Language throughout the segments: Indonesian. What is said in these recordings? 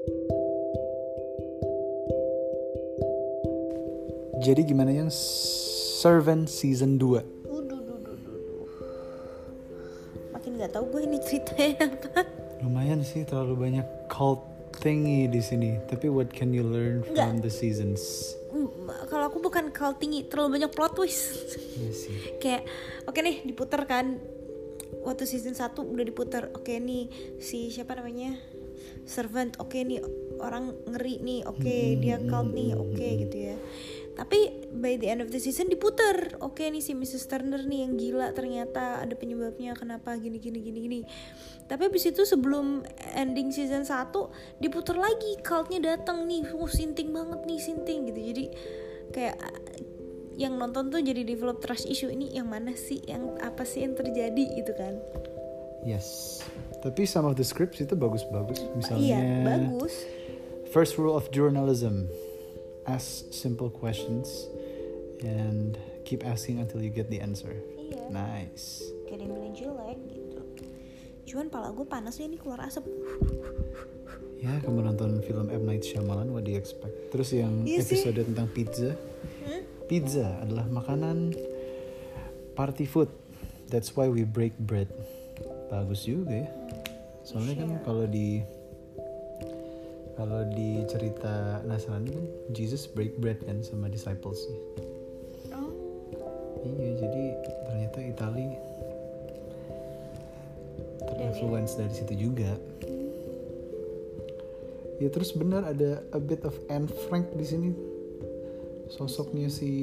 Jadi gimana yang Servant season 2? Makin nggak tahu gue ini ceritanya apa. Lumayan sih, terlalu banyak cult thingy di sini. Tapi what can you learn from the seasons? Kalau aku bukan cult tinggi, terlalu banyak plot twist. Iya sih. Kayak oke nih diputer kan. Waktu season 1 udah diputer. Oke nih si siapa namanya? Servant. Oke nih orang ngeri nih. Oke dia cult nih. Oke gitu ya. Tapi by the end of the season diputer. Oke nih si Mrs. Turner nih yang gila, ternyata ada penyebabnya kenapa gini. Tapi abis itu sebelum ending season 1 diputer lagi, cultnya datang nih. Sinting banget nih, sinting gitu. Jadi kayak yang nonton tuh jadi develop trust issue, ini yang mana sih, yang apa sih yang terjadi gitu kan. Yes. Tapi some of the scripts itu bagus-bagus. Misalnya Iya, bagus. First rule of journalism. Ask simple questions and keep asking until you get the answer. Iya. Nice. Kayak dia bilang jelek gitu. Cuman pala gue panas nih, ini keluar asap. Ya, kamu nonton film M. Night Shyamalan, what do you expect? Terus yang episode tentang pizza. Pizza adalah makanan party food. That's why we break bread. Bagus juga ya. Soalnya kan kalau di cerita Nasrani kan Jesus break bread kan sama disciples-nya. Oh. Iya, jadi ternyata Itali terinfluence dari situ juga. Ya terus benar ada a bit of Anne Frank di sini. Sosoknya si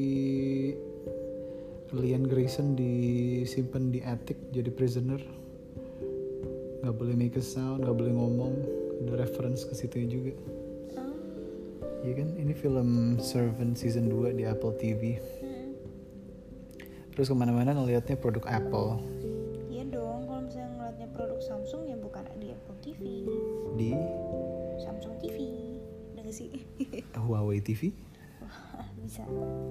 Lian Grayson disimpan di attic jadi prisoner. Gak boleh make a sound, gak boleh ngomong. Ada reference ke situ juga. Iya kan, ini film Servant season 2 di Apple TV. Terus kemana-mana ngelihatnya produk Apple. Iya dong, kalau misalnya ngeliatnya produk Samsung ya bukan di Apple TV. Di Samsung TV, udah gak sih? Huawei TV. Bisa.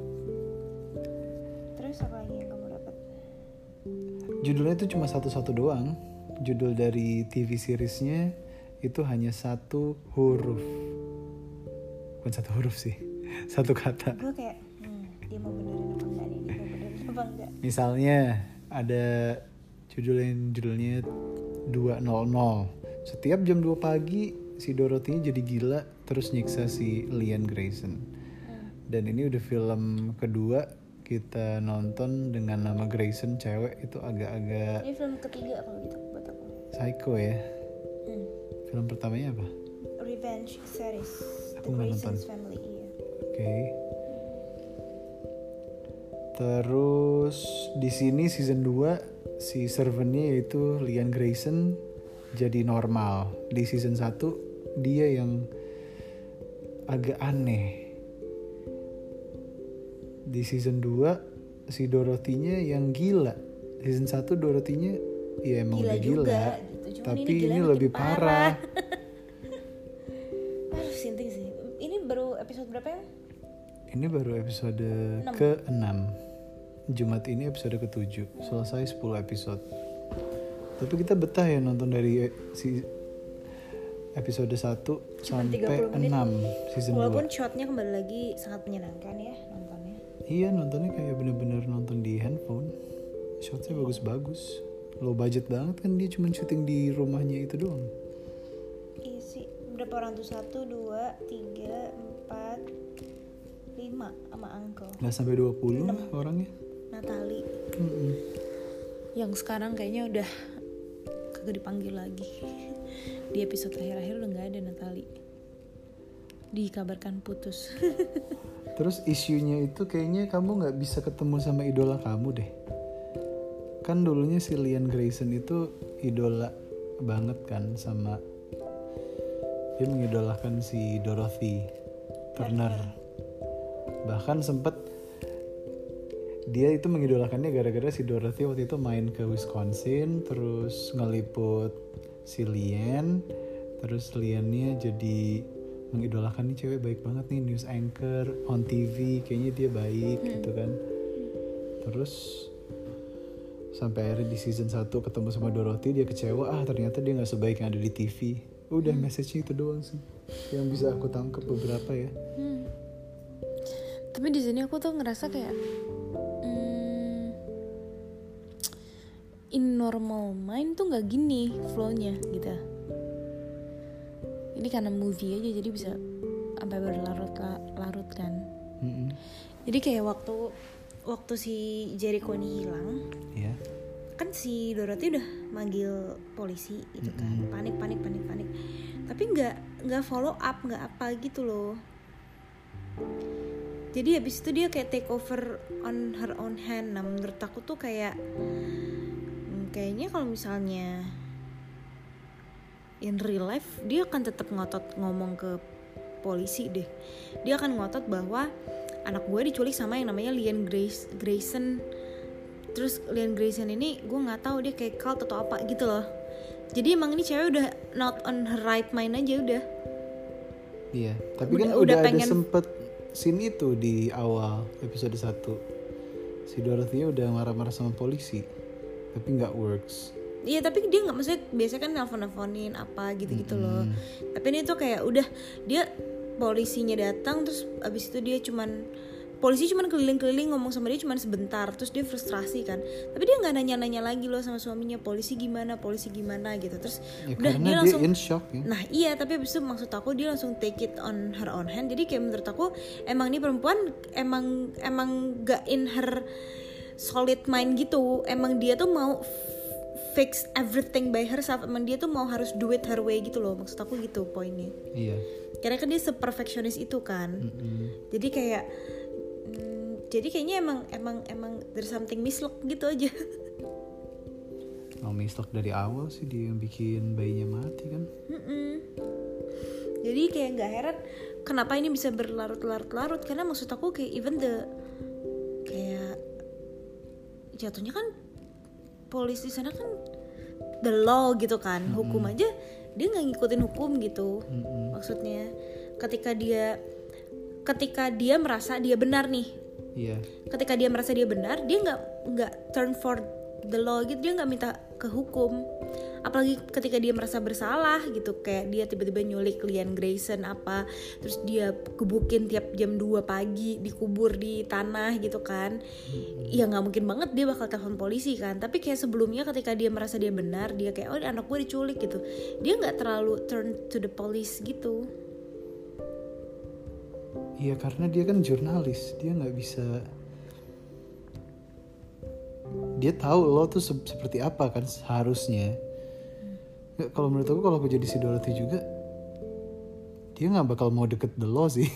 Terus apa lagi yang kamu dapat? Judulnya itu cuma satu-satu doang. Judul dari TV seriesnya itu hanya satu huruf. Bukan satu huruf sih, satu kata. Gue kayak dia mau benerin apa enggak nih, dia mau benerin apa enggak. Misalnya ada judulnya 200. Setiap jam 2 pagi si Dorothy jadi gila terus nyiksa si Lian Grayson. Dan ini udah film kedua kita nonton dengan nama Grayson cewek, itu agak-agak Ini film ketiga kalau gitu buat aku. psycho ya. Film pertamanya apa? Revenge series. Aku nggak nonton. Grayson's Family, iya. Oke. Terus di sini season 2 si servantnya yaitu Lian Grayson jadi normal. Di season 1 dia yang agak aneh. Di season 2 si Dorothy-nya yang gila. Season 1 Dorothy-nya ya emang Gila udah gila juga, gitu. Cuman tapi ini gilanya lebih makin parah. Aduh, sinting sih. Ini baru episode berapa ya? Ini baru episode ke-6. Jumat ini episode ke-7. Selesai 10 episode. Tapi kita betah ya nonton dari si episode 1 sampai 6 season 2. Walaupun shotnya kembali lagi sangat menyenangkan ya nontonnya. Iya, nontonnya kayak bener-bener nonton di handphone. Shotnya bagus-bagus. Low budget banget kan, dia cuma syuting di rumahnya itu doang. Iya sih. Berapa orang tuh? 1, 2, 3, 4, 5 sama uncle. Gak sampai 20 lah orangnya. Natalie. Yang sekarang kayaknya udah kagak dipanggil lagi. Di episode terakhir-akhir udah gak ada Natalie. Dikabarkan putus. Terus isunya itu kayaknya kamu gak bisa ketemu sama idola kamu deh. Kan dulunya si Lian Grayson itu idola banget kan sama, dia mengidolakan si Dorothy Turner. Bahkan sempet dia itu mengidolakannya gara-gara si Dorothy waktu itu main ke Wisconsin terus ngeliput si Lian. Terus Liannya jadi mengidolakan, nih cewek baik banget nih, news anchor on TV, kayaknya dia baik gitu kan. Terus sampai akhirnya di season 1 ketemu sama Dorothy, dia kecewa, ternyata dia gak sebaik yang ada di TV. Udah message-nya itu doang sih yang bisa aku tangkap beberapa ya. Tapi di sini aku tuh ngerasa kayak in normal mind tuh nggak gini flow-nya gitu. Ini karena movie aja jadi bisa sampai berlarut-larut kan. Jadi kayak waktu si Jericho ini hilang, kan si Dorothy udah manggil polisi gitu kan, panik. Tapi nggak follow up, nggak apa gitu loh. Jadi habis itu dia kayak take over on her own hand. Nah menurut aku tuh kayaknya kalau misalnya in real life dia akan tetap ngotot ngomong ke polisi deh. Dia akan ngotot bahwa anak gue diculik sama yang namanya Leon Grayson. Terus Leon Grayson ini gue nggak tahu dia kayak cult atau apa gitu loh. Jadi emang ini cewek udah not on her right mind aja udah. Iya, tapi udah ada sempet scene itu di awal episode 1. Si Dorothy udah marah-marah sama polisi, tapi nggak works. Iya tapi dia nggak, maksudnya biasanya kan nelfon-nelfonin apa gitu-gitu loh. Tapi ini tuh kayak udah dia polisinya datang terus abis itu dia polisi cuman keliling-keliling ngomong sama dia cuman sebentar, terus dia frustrasi kan. Tapi dia nggak nanya-nanya lagi loh sama suaminya polisi gimana gitu. Terus ya, udah dia langsung in shock ya. Nah iya, tapi abis itu maksud aku dia langsung take it on her own hand. Jadi kayak menurut aku emang ini perempuan emang gak in her solid mind gitu. Emang dia tuh mau fix everything by herself. Emang dia tuh mau harus do it her way gitu loh. Maksud aku gitu poinnya. Iya. Karena kan dia se-perfectionist itu kan. Jadi kayak jadi kayaknya emang there's something mislock gitu aja. Mislock dari awal sih dia yang bikin bayinya mati kan. Jadi kayak nggak heran kenapa ini bisa berlarut-larut, karena maksud aku kayak even kayak jatuhnya kan polisi di sana kan the law gitu kan, hukum aja dia nggak ngikutin hukum gitu. Maksudnya ketika dia merasa dia benar nih. Iya. Ketika dia merasa dia benar, dia nggak turn for the law gitu, dia nggak minta ke hukum. Apalagi ketika dia merasa bersalah gitu, kayak dia tiba-tiba nyulik Leon Grayson apa, terus dia gebukin tiap jam 2 pagi, dikubur di tanah gitu kan. Ya nggak mungkin banget dia bakal telepon polisi kan. Tapi kayak sebelumnya ketika dia merasa dia benar, dia kayak anak gue diculik gitu, dia nggak terlalu turn to the police gitu. Iya, karena dia kan jurnalis, dia nggak bisa, dia tahu lo tuh seperti apa kan seharusnya. Kalau menurut aku, kalau aku jadi si Dorothy juga, dia nggak bakal mau deket the law sih.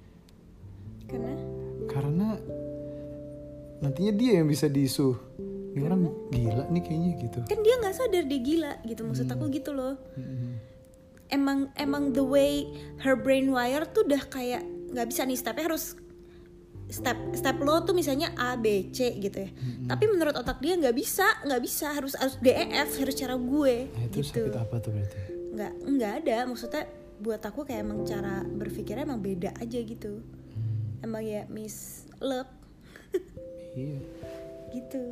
Karena nantinya dia yang bisa diisuh. Ini orang gila nih kayaknya gitu. Kan dia nggak sadar dia gila gitu, maksud aku gitu loh. Emang the way her brain wire tuh udah kayak nggak bisa nih, stepnya harus step lo tuh misalnya A B C gitu ya. Tapi menurut otak dia nggak bisa harus D E F, harus cara gue. Itu gitu. sakit apa tuh berarti? Nggak ada, maksudnya buat aku kayak emang cara berpikirnya emang beda aja gitu. Emang ya miss luck. Iya. Gitu.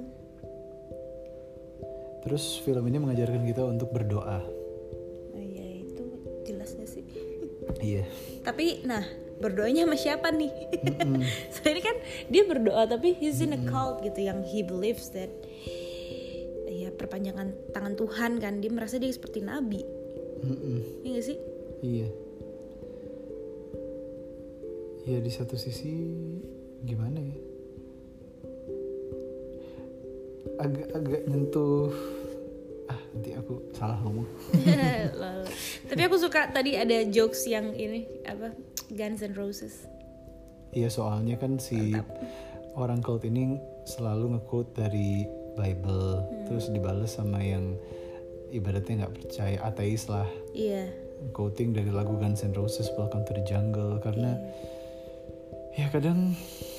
Terus film ini mengajarkan kita untuk berdoa. Nah ya itu jelas gak sih? Iya. Tapi berdoanya sama siapa nih? Soalnya kan dia berdoa tapi he's in a cult gitu, yang he believes that ya perpanjangan tangan Tuhan kan, dia merasa dia seperti nabi. Iya gak sih? Iya. Ya di satu sisi gimana ya? Agak nyentuh. Nanti aku salah ngomong. Tapi aku suka tadi ada jokes yang ini apa, Guns N' Roses. Iya, soalnya kan si orang cult ini selalu nge-quote dari Bible, terus dibalas sama yang ibaratnya nggak percaya, ateis lah. Iya. Quoting dari lagu Guns N' Roses Welcome to the Jungle, karena ya kadang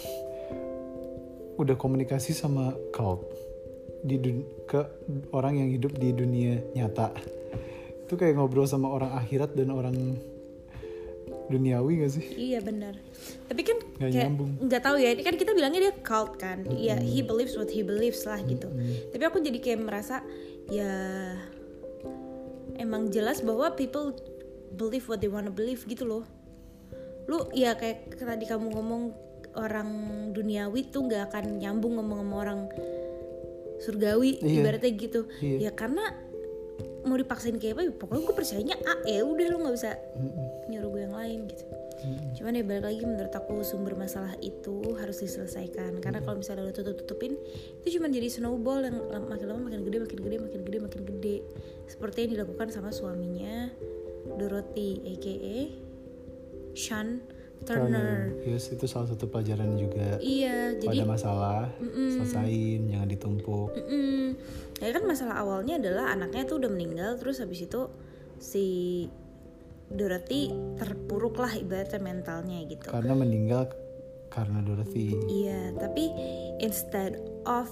udah komunikasi sama cult ke orang yang hidup di dunia nyata. Itu kayak ngobrol sama orang akhirat dan orang duniawi gak sih? Iya benar. Tapi kan nggak tahu ya, ini kan kita bilangnya dia cult kan. Iya, he believes what he believes lah gitu. Tapi aku jadi kayak merasa ya emang jelas bahwa people believe what they wanna believe gitu loh. Lu ya kayak tadi kamu ngomong orang duniawi tuh nggak akan nyambung ngomong sama orang surgawi, ibaratnya gitu. Ya karena mau dipaksain kayak apa, pokoknya gue percayanya A, ya udah, lu nggak bisa nyuruh gue yang lain gitu. Cuman ya balik lagi, menurut aku sumber masalah itu harus diselesaikan. Karena kalau misalnya lo tutupin, itu cuma jadi snowball yang makin lama makin gede. Seperti yang dilakukan sama suaminya Dorothy, aka Sean Turner. Yes, itu salah satu pelajaran juga. Iya, jadi ada masalah, selesain, jangan ditumpuk. Ya kan masalah awalnya adalah anaknya tuh udah meninggal, terus habis itu si Dorothy terpuruk lah ibaratnya mentalnya gitu. Karena meninggal karena Dorothy. Iya, tapi instead of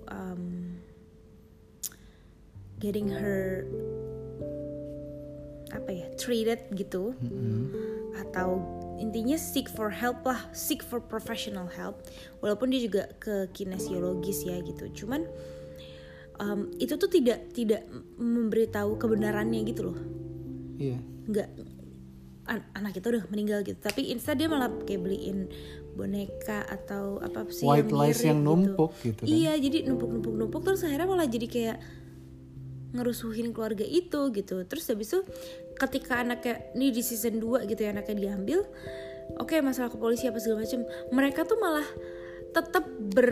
getting her treated gitu, atau intinya seek for help lah, seek for professional help. Walaupun dia juga ke kinesiologis ya gitu, cuman itu tuh tidak memberitahu kebenarannya gitu loh. Iya. Nggak, anak kita udah meninggal gitu, tapi instead dia malah kayak beliin boneka atau apa sih white yang lies mirip yang numpuk gitu kan. Iya, jadi numpuk terus akhirnya malah jadi kayak ngerusuhin keluarga itu gitu. Terus habis itu ketika anaknya ini di season 2 gitu ya, anaknya diambil, oke, masalah ke polisi apa segala macam, mereka tuh malah tetap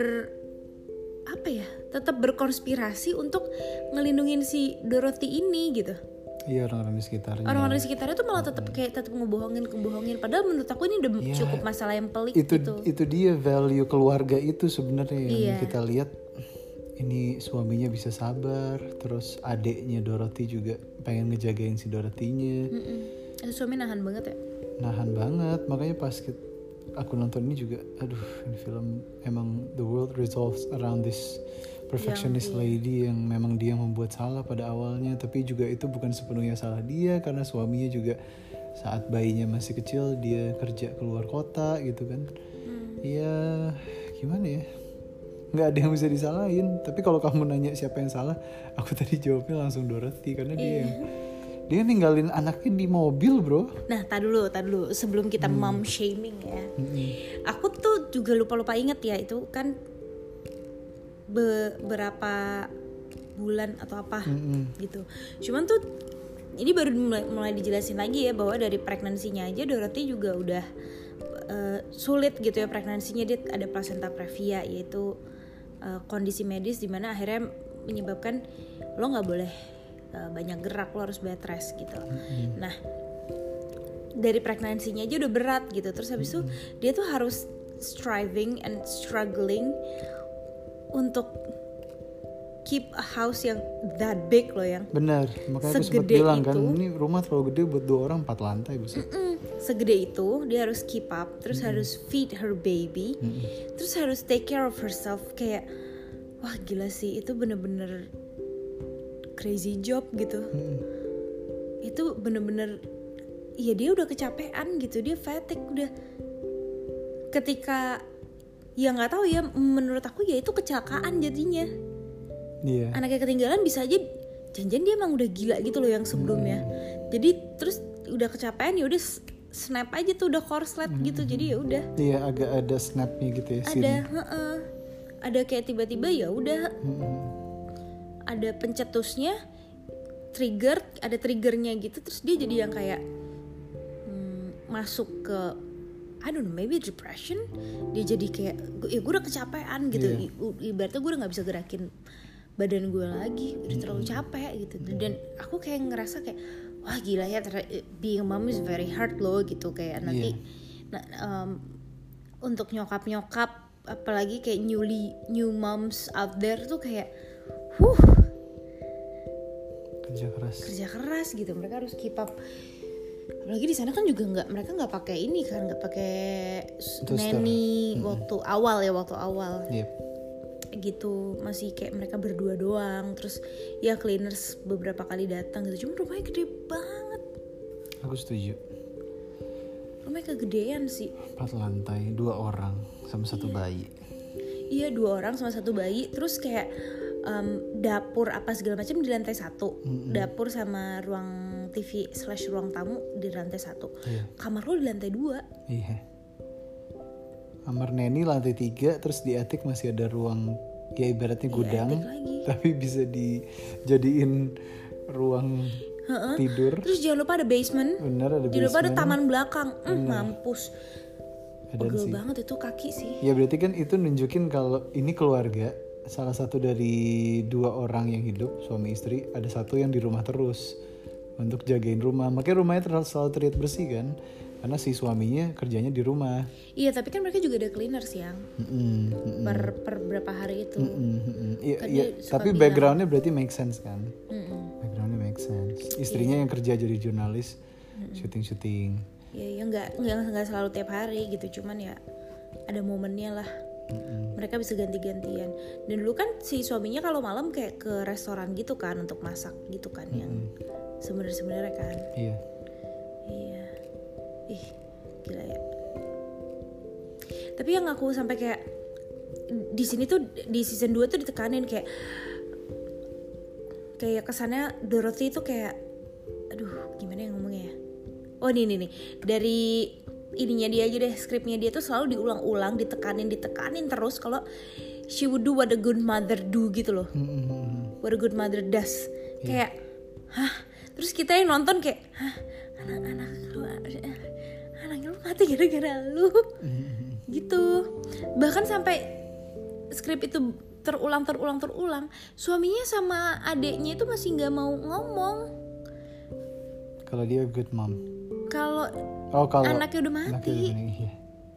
berkonspirasi untuk ngelindungin si Dorothy ini gitu. Iya, orang-orang di sekitarnya. Orang-orang di sekitarnya tuh malah tetap ngebohongin. Padahal menurut aku ini udah cukup masalah yang pelik gitu. Itu dia value keluarga itu sebenarnya yang kita lihat. Ini suaminya bisa sabar, terus adeknya Dorothy juga pengen ngejagain si Dorothy-nya. Itu suami nahan banget ya? Nahan banget, makanya pas aku nonton ini juga, aduh, ini film emang the world revolves around this perfectionist lady yang memang dia membuat salah pada awalnya, tapi juga itu bukan sepenuhnya salah dia karena suaminya juga saat bayinya masih kecil dia kerja keluar kota gitu kan. Ya gimana ya, nggak ada yang bisa disalahin. Tapi kalau kamu nanya siapa yang salah, aku tadi jawabnya langsung Dorothy karena dia ninggalin anaknya di mobil, bro. Nah, tar dulu sebelum kita mom shaming ya. Aku tuh juga lupa inget ya, itu kan beberapa bulan atau apa gitu. Cuman tuh ini baru mulai dijelasin lagi ya, bahwa dari pregnancy-nya aja Dorothy juga udah sulit gitu ya pregnancy-nya. Dia ada placenta previa, yaitu kondisi medis dimana akhirnya menyebabkan lo nggak boleh banyak gerak, lo harus bed rest gitu. Nah, dari pregnancy-nya aja udah berat gitu. Terus habis itu dia tuh harus striving and struggling untuk keep a house yang that big loh, yang benar. Makanya aku sempat bilang kan, ini rumah terlalu gede buat 2 orang 4 lantai bisa. Segede itu dia harus keep up, terus harus feed her baby, terus harus take care of herself. Kayak wah gila sih, itu bener-bener crazy job gitu. Itu bener-bener ya, dia udah kecapean gitu, dia fatigue udah. Ketika ya nggak tahu ya, menurut aku ya itu kecelakaan jadinya. Iya. Anaknya ketinggalan, bisa aja jangan dia emang udah gila gitu loh yang sebelumnya. Jadi terus udah kecapean, ya udah snap aja tuh, udah korslet gitu. Jadi ya udah. Iya, agak ada snapnya gitu ya. Ada kayak tiba-tiba ya udah. Ada pencetusnya, ada triggernya gitu. Terus dia jadi yang kayak masuk ke I don't know, maybe depression. Dia jadi kayak, ya gue udah kecapean gitu. Ibaratnya gue udah gak bisa gerakin badan gue lagi, udah terlalu capek gitu. Dan aku kayak ngerasa kayak, wah gila ya, being a mom is very hard loh gitu. Kayak nanti untuk nyokap-nyokap, apalagi kayak new moms out there tuh kayak kerja keras gitu. Mereka harus keep up. Apalagi di sana kan juga mereka nggak pakai ini kan, nggak pakai nanny waktu awal. Yep. Gitu, masih kayak mereka berdua doang. Terus ya cleaners beberapa kali datang gitu. Cuma rumahnya gede banget. Aku setuju. Rumahnya kegedean sih. 4 lantai, 2 orang sama 1 bayi. Iya, 2 orang sama 1 bayi. Terus kayak dapur apa segala macam di lantai 1. Dapur sama ruang ruang TV / ruang tamu di lantai 1. Iya. Kamar lo di lantai 2. Iya. Kamar Neni lantai 3, terus di attic masih ada ruang ya ibaratnya gudang, attic lagi. tapi bisa dijadiin ruang tidur. Terus jangan lupa ada basement. Bener, ada Jangan lupa ada basement. taman belakang. Mampus. Ada Pegel sih. banget itu kaki sih. Ya berarti kan itu nunjukin kalau ini keluarga, salah satu dari 2 orang yang hidup, suami istri, ada satu yang di rumah terus untuk jagain rumah. Makanya rumahnya selalu terlihat bersih kan, karena si suaminya kerjanya di rumah. Iya, tapi kan mereka juga ada cleaners yang per berapa hari itu. Iya, Kan iya. dia suka Tapi bilang. backgroundnya berarti make sense kan? Backgroundnya make sense. Istrinya yang kerja jadi jurnalis, syuting. Ya nggak selalu tiap hari gitu, cuman ya ada momennya lah. Mereka bisa ganti-gantian. Dan dulu kan si suaminya kalau malam kayak ke restoran gitu kan untuk masak gitu kan, yang sebenarnya kan. Iya. Iya. Ih, gila ya. Tapi yang aku sampai kayak di sini tuh di season 2 tuh ditekanin kayak kesannya Dorothy itu kayak aduh, gimana yang ngomongnya ya? Oh nih dari ininya dia aja deh, skripnya dia tuh selalu diulang-ulang, ditekanin terus kalau she would do what a good mother do gitu loh. What a good mother does. Kayak hah, terus kita yang nonton kayak hah, anaknya lu mati gara-gara lu. Gitu. Bahkan sampai skrip itu terulang, suaminya sama adeknya itu masih nggak mau ngomong Kalau dia good mom. kalau Kalau anaknya udah mati. Iya.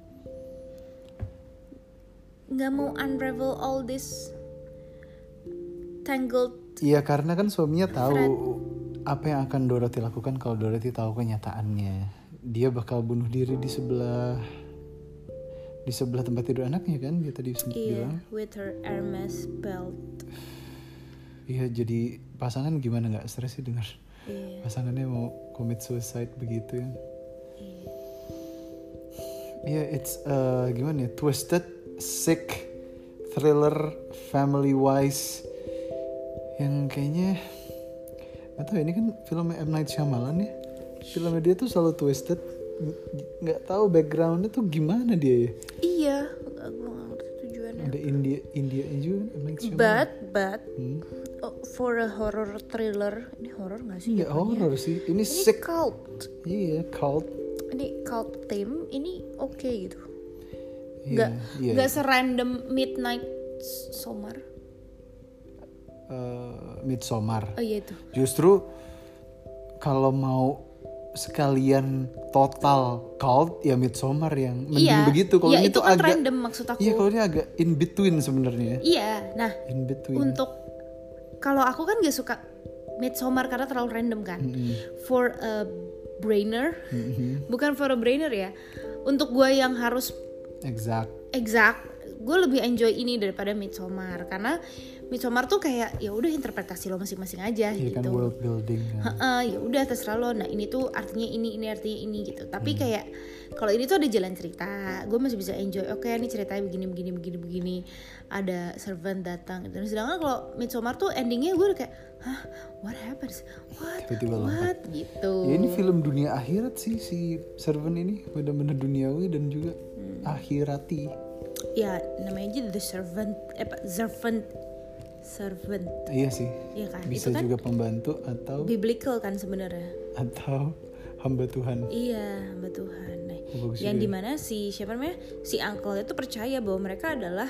Nggak mau unravel all this tangled. Iya, karena kan suaminya tahu apa yang akan Dorothy lakukan kalau Dorothy tahu kenyataannya. Dia bakal bunuh diri di sebelah tempat tidur anaknya kan, dia tadi bilang. With her Hermes belt. Iya, jadi pasangan gimana nggak stres sih dengar pasangannya mau commit suicide begitu ya. Iya, it's gimana ya, twisted, sick, thriller, family wise, yang kayaknya nggak tahu, ini kan filmnya M. Night Shyamalan ya. Filmnya dia tuh selalu twisted, nggak tahu backgroundnya tuh gimana dia ya. Iya, gue nggak ngerti tujuannya. Ada India juga M. Night Shyamalan. But for a horror thriller, ini horror nggak sih? Nggak horror sih, ini Ini sick. cult. Iya, cult. Ini cult theme, ini oke gitu. Iya, Nggak serandom Midnight Summer. Midsommar. Oh iya itu. Justru kalau mau sekalian total cult ya Midsommar yang mending begitu. Kalau ini itu tuh kan agak random maksud aku. Iya, kalau ini agak in between sebenarnya. Iya, nah In between. untuk kalau aku kan gak suka Midsommar karena terlalu random kan. For a brainer, bukan for a brainer ya. Untuk gue yang harus Exact. gue lebih enjoy ini daripada Midsommar karena Midsommar tuh kayak ya udah interpretasi lo masing-masing aja Iya kan, gitu. world building kan. Ya udah terserah lo. Nah ini tuh artinya ini artinya ini gitu. Tapi kayak kalau ini tuh ada jalan cerita, gue masih bisa enjoy. Oke, ini ceritanya begini. Ada servant datang. Dan sedangkan kalau Midsommar tuh endingnya gue udah kayak, hah, what happens? Tiba-tiba What gitu. Ya ini film dunia akhirat sih, si Servant ini benar-benar duniawi dan juga akhirati. Ya namanya aja The Servant. Iya sih. Iya kan? Bisa Itu kan juga pembantu atau biblical kan sebenarnya. hamba Tuhan. Iya, hamba Tuhan. Nah, Bagus yang juga. dimana si siapa namanya, si uncle itu percaya bahwa mereka adalah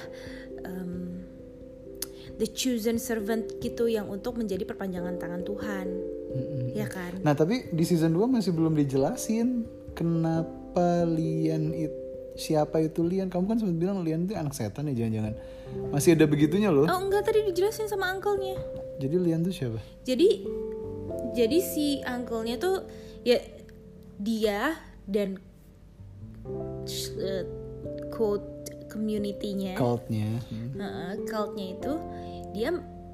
the chosen servant gitu yang untuk menjadi perpanjangan tangan Tuhan. Ya kan? Nah tapi di season 2 masih belum dijelasin kenapa siapa itu Lian. Kamu kan sempat bilang Lian itu anak setan ya, jangan-jangan. Masih ada begitunya loh. Oh enggak, tadi dijelasin sama uncle-nya. Jadi Lian tuh siapa? Jadi si uncle-nya tuh ya dia dan quote community-nya, Cultnya. cultnya itu dia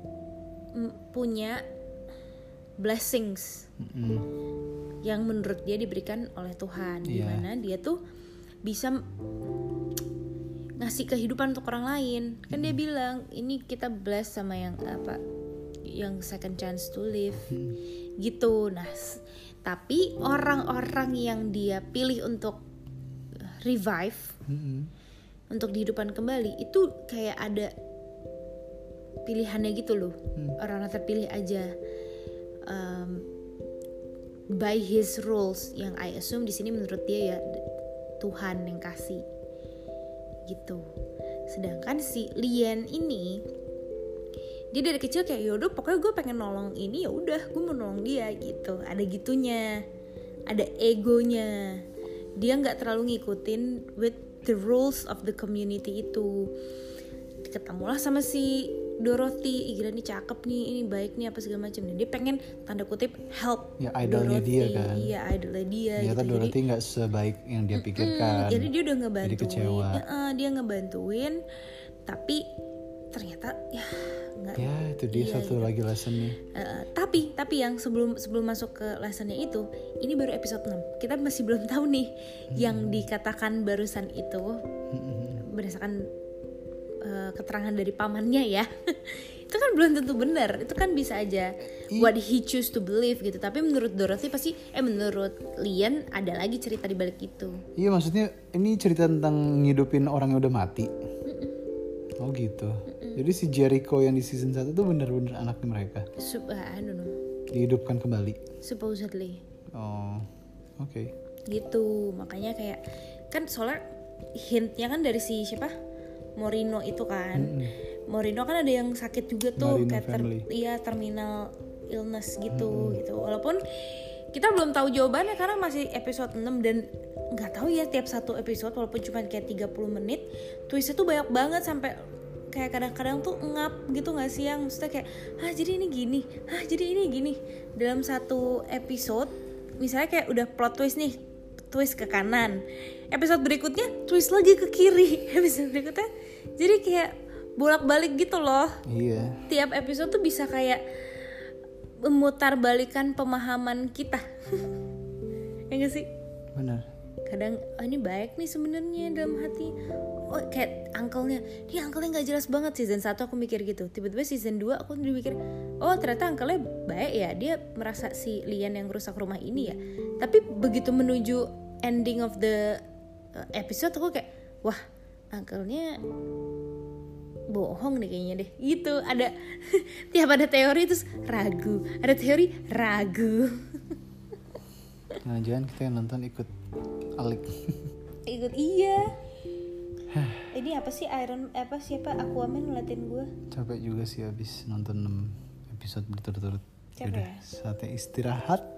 punya blessings yang menurut dia diberikan oleh Tuhan, dimana dia tuh bisa ngasih kehidupan untuk orang lain. Kan dia bilang ini kita bless sama yang apa, yang second chance to live gitu. Nah, tapi orang-orang yang dia pilih untuk revive, untuk dihidupkan kembali, itu kayak ada pilihannya gitu loh. Orang-orang terpilih aja by his rules, yang I assume di sini menurut dia ya Tuhan yang kasih gitu. Sedangkan si Lian ini, dia dari kecil kayak yaudah pokoknya gue pengen nolong ini, ya udah gue mau nolong dia gitu. Ada gitunya, ada egonya. Dia nggak terlalu ngikutin with the rules of the community itu. Ketemulah sama si Dorothy, gila nih cakep nih, ini baik nih apa segala macam nih. Dia pengen tanda kutip help ya idolnya Dorothy. dia kan. Iya, idolnya dia. Ternyata gitu. Dorothy nggak sebaik yang dia pikirkan. Jadi dia udah ngebantuin. Jadi kecewa. Dia ngebantuin, tapi ternyata ya nggak. Ya itu dia satu lagi lessonnya. Tapi yang sebelum masuk ke lessonnya itu, ini baru episode 6. Kita masih belum tahu nih yang dikatakan barusan itu berdasarkan keterangan dari pamannya ya. Itu kan belum tentu benar. Itu kan bisa aja what he choose to believe gitu. Tapi menurut Dorothy pasti menurut Lian ada lagi cerita di balik itu. Iya, maksudnya ini cerita tentang ngidupin orang yang udah mati. Oh gitu. Jadi si Jericho yang di season 1 tuh bener-bener anaknya mereka. I don't know. Dihidupkan kembali. Supposedly. Oh, oke. Gitu. Makanya kayak kan soalnya hintnya kan dari si siapa? Morino itu kan. Morino kan ada yang sakit juga tuh, Marino kayak terminal illness gitu. Walaupun kita belum tahu jawabannya karena masih episode 6 dan nggak tahu ya tiap satu episode walaupun cuma kayak 30 menit twistnya tuh banyak banget sampai kayak kadang-kadang tuh ngap gitu nggak sih, yang maksudnya kayak jadi ini gini, jadi ini gini dalam satu episode. Misalnya kayak udah plot twist nih, twist ke kanan, episode berikutnya twist lagi ke kiri, episode berikutnya jadi kayak bolak-balik gitu loh. Iya. Tiap episode tuh bisa kayak memutarbalikkan pemahaman kita. Ya gak sih? Benar. Kadang ini baik nih sebenarnya dalam hati. Oh kayak uncle-nya, ini uncle-nya nggak jelas banget. Season 1 aku mikir gitu. Tiba-tiba season 2 aku mikir, oh ternyata uncle-nya baik ya. Dia merasa si Lian yang rusak rumah ini ya. Tapi begitu menuju ending of the episode aku kayak, wah uncle-nya bohong deh kayaknya deh. Gitu ada tiap ada teori terus ragu, ada teori ragu. Nah jangan kita yang nonton ikut alik. Ikut iya. Ini apa sih siapa Aquaman ngeliatin gue. Capek juga sih abis nonton 6 episode berturut-turut. Capek Yaudah, ya? saatnya istirahat.